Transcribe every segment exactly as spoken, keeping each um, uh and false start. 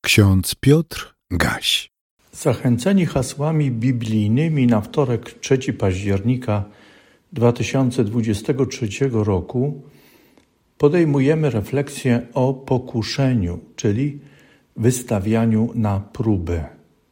Ksiądz Piotr Gaś. Zachęceni hasłami biblijnymi na wtorek trzeciego października dwa tysiące dwudziestego trzeciego roku podejmujemy refleksję o pokuszeniu, czyli wystawianiu na próbę.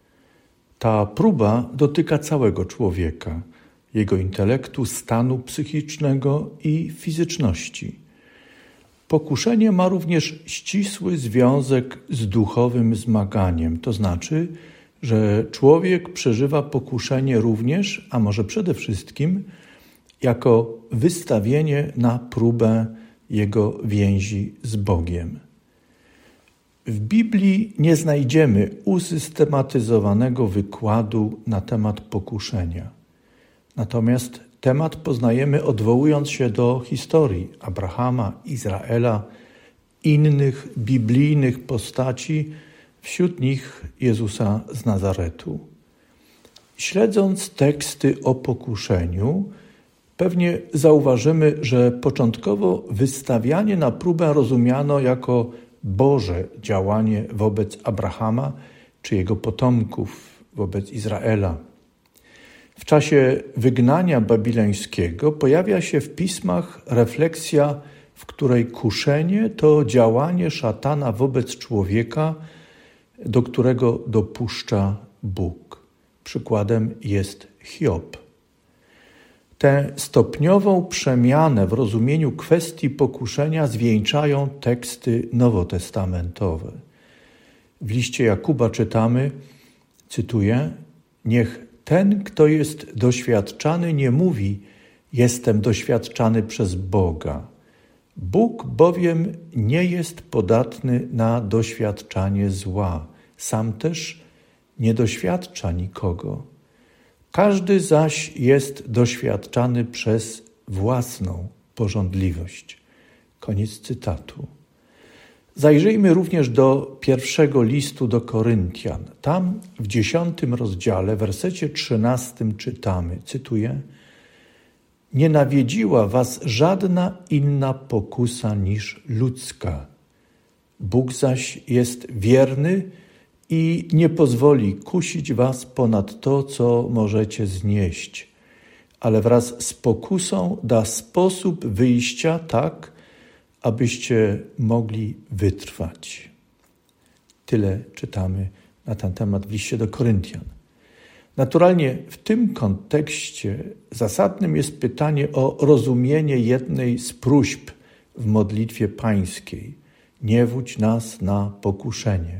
Ta próba dotyka całego człowieka, jego intelektu, stanu psychicznego i fizyczności. Pokuszenie ma również ścisły związek z duchowym zmaganiem, to znaczy, że człowiek przeżywa pokuszenie również, a może przede wszystkim, jako wystawienie na próbę jego więzi z Bogiem. W Biblii nie znajdziemy usystematyzowanego wykładu na temat pokuszenia. Natomiast temat poznajemy odwołując się do historii Abrahama, Izraela, innych biblijnych postaci, wśród nich Jezusa z Nazaretu. Śledząc teksty o pokuszeniu, pewnie zauważymy, że początkowo wystawianie na próbę rozumiano jako Boże działanie wobec Abrahama czy jego potomków, wobec Izraela. W czasie wygnania babilońskiego pojawia się w pismach refleksja, w której kuszenie to działanie szatana wobec człowieka, do którego dopuszcza Bóg. Przykładem jest Hiob. Tę stopniową przemianę w rozumieniu kwestii pokuszenia zwieńczają teksty nowotestamentowe. W liście Jakuba czytamy, cytuję, niech ten, kto jest doświadczany, nie mówi, jestem doświadczany przez Boga. Bóg bowiem nie jest podatny na doświadczanie zła. Sam też nie doświadcza nikogo. Każdy zaś jest doświadczany przez własną pożądliwość. Koniec cytatu. Zajrzyjmy również do pierwszego listu do Koryntian. Tam w dziesiątym rozdziale, wersecie trzynastym czytamy, cytuję, nie nawiedziła was żadna inna pokusa niż ludzka. Bóg zaś jest wierny i nie pozwoli kusić was ponad to, co możecie znieść, ale wraz z pokusą da sposób wyjścia tak, abyście mogli wytrwać. Tyle czytamy na ten temat w liście do Koryntian. Naturalnie w tym kontekście zasadnym jest pytanie o rozumienie jednej z próśb w modlitwie pańskiej. Nie wódź nas na pokuszenie.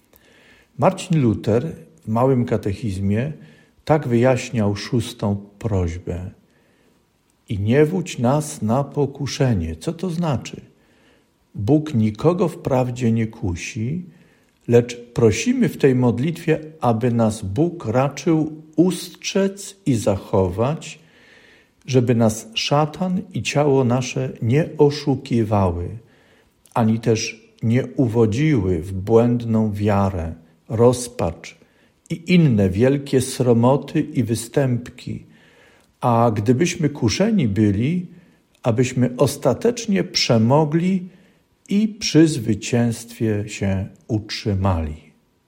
Marcin Luter w Małym Katechizmie tak wyjaśniał szóstą prośbę. I nie wódź nas na pokuszenie. Co to znaczy? Bóg nikogo wprawdzie nie kusi, lecz prosimy w tej modlitwie, aby nas Bóg raczył ustrzec i zachować, żeby nas szatan i ciało nasze nie oszukiwały, ani też nie uwodziły w błędną wiarę, rozpacz i inne wielkie sromoty i występki, a gdybyśmy kuszeni byli, abyśmy ostatecznie przemogli i przy zwycięstwie się utrzymali.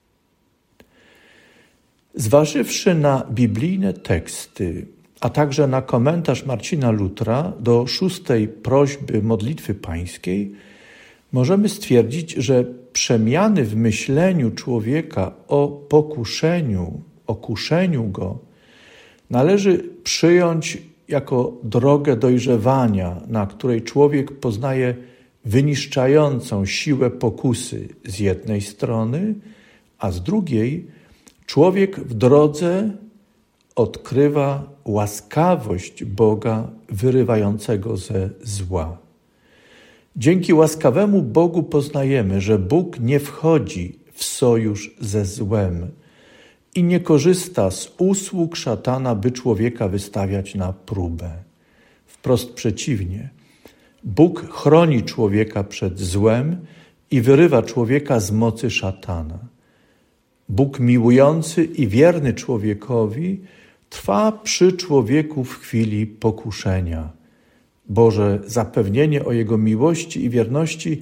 Zważywszy na biblijne teksty, a także na komentarz Marcina Lutera do szóstej prośby modlitwy pańskiej, możemy stwierdzić, że przemiany w myśleniu człowieka o pokuszeniu, o kuszeniu go, należy przyjąć jako drogę dojrzewania, na której człowiek poznaje wyniszczającą siłę pokusy z jednej strony, a z drugiej człowiek w drodze odkrywa łaskawość Boga wyrywającego ze zła. Dzięki łaskawemu Bogu poznajemy, że Bóg nie wchodzi w sojusz ze złem i nie korzysta z usług szatana, by człowieka wystawiać na próbę. Wprost przeciwnie. Bóg chroni człowieka przed złem i wyrywa człowieka z mocy szatana. Bóg miłujący i wierny człowiekowi trwa przy człowieku w chwili pokuszenia. Boże zapewnienie o Jego miłości i wierności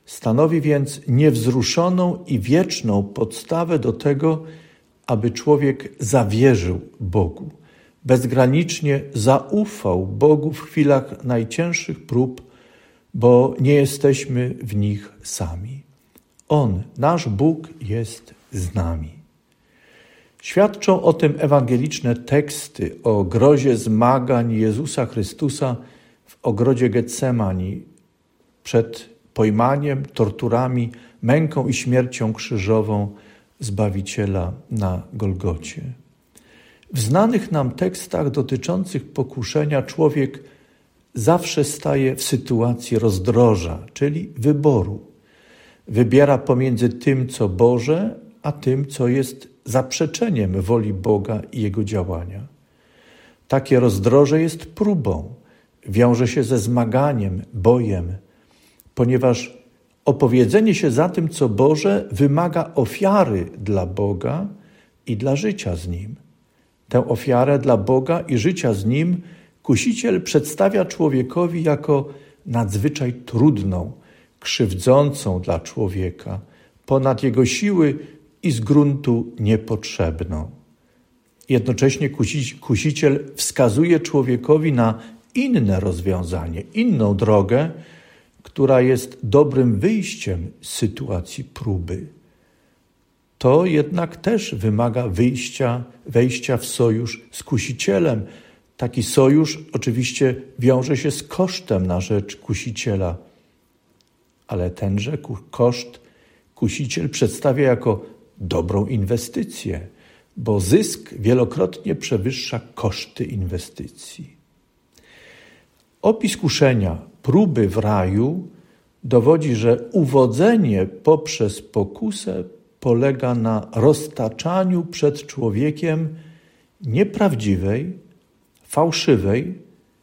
Stanowi więc niewzruszoną i wieczną podstawę do tego, aby człowiek zawierzył Bogu, bezgranicznie zaufał Bogu w chwilach najcięższych prób, bo nie jesteśmy w nich sami. On, nasz Bóg, jest z nami. Świadczą o tym ewangeliczne teksty o grozie zmagań Jezusa Chrystusa w ogrodzie Getsemani przed pojmaniem, torturami, męką i śmiercią krzyżową Zbawiciela na Golgocie. W znanych nam tekstach dotyczących pokuszenia człowiek zawsze staje w sytuacji rozdroża, czyli wyboru. Wybiera pomiędzy tym, co Boże, a tym, co jest zaprzeczeniem woli Boga i Jego działania. Takie rozdroże jest próbą, wiąże się ze zmaganiem, bojem, ponieważ opowiedzenie się za tym, co Boże, wymaga ofiary dla Boga i dla życia z Nim. Tę ofiarę dla Boga i życia z Nim Kusiciel przedstawia człowiekowi jako nadzwyczaj trudną, krzywdzącą dla człowieka, ponad jego siły i z gruntu niepotrzebną. Jednocześnie kusiciel wskazuje człowiekowi na inne rozwiązanie, inną drogę, która jest dobrym wyjściem z sytuacji próby. To jednak też wymaga wyjścia, wejścia w sojusz z kusicielem. Taki sojusz oczywiście wiąże się z kosztem na rzecz kusiciela, ale tenże koszt kusiciel przedstawia jako dobrą inwestycję, bo zysk wielokrotnie przewyższa koszty inwestycji. Opis kuszenia, próby w raju dowodzi, że uwodzenie poprzez pokusę polega na roztaczaniu przed człowiekiem nieprawdziwej, fałszywej,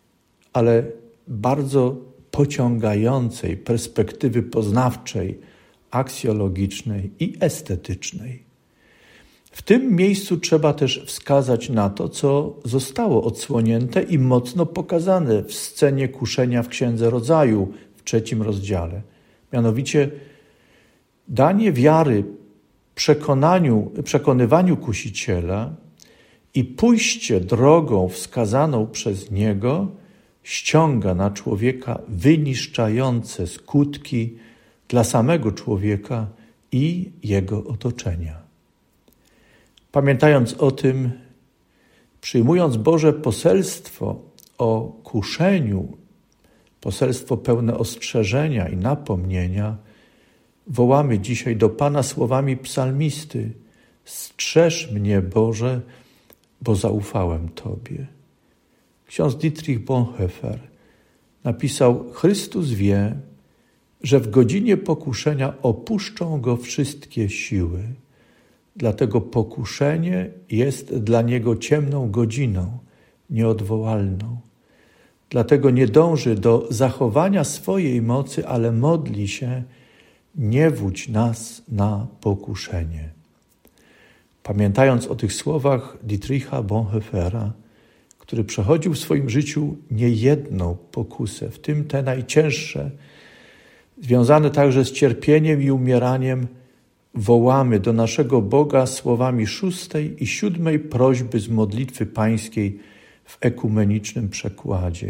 ale bardzo pociągającej perspektywy poznawczej, aksjologicznej i estetycznej. W tym miejscu trzeba też wskazać na to, co zostało odsłonięte i mocno pokazane w scenie kuszenia w Księdze Rodzaju w trzecim rozdziale. Mianowicie danie wiary przekonaniu, przekonywaniu kusiciela i pójście drogą wskazaną przez niego ściąga na człowieka wyniszczające skutki dla samego człowieka i jego otoczenia. Pamiętając o tym, przyjmując Boże poselstwo o kuszeniu, poselstwo pełne ostrzeżenia i napomnienia, wołamy dzisiaj do Pana słowami psalmisty: strzeż mnie, Boże, bo zaufałem Tobie. Ksiądz Dietrich Bonhoeffer napisał: Chrystus wie, że w godzinie pokuszenia opuszczą Go wszystkie siły. Dlatego pokuszenie jest dla Niego ciemną godziną, nieodwołalną. Dlatego nie dąży do zachowania swojej mocy, ale modli się: nie wódź nas na pokuszenie. Pamiętając o tych słowach Dietricha Bonhoeffera, który przechodził w swoim życiu niejedną pokusę, w tym te najcięższe, związane także z cierpieniem i umieraniem, wołamy do naszego Boga słowami szóstej i siódmej prośby z modlitwy pańskiej w ekumenicznym przekładzie.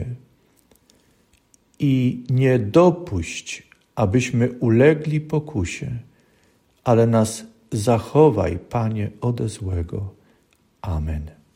I nie dopuść, abyśmy ulegli pokusie, ale nas zachowaj, Panie, ode złego. Amen.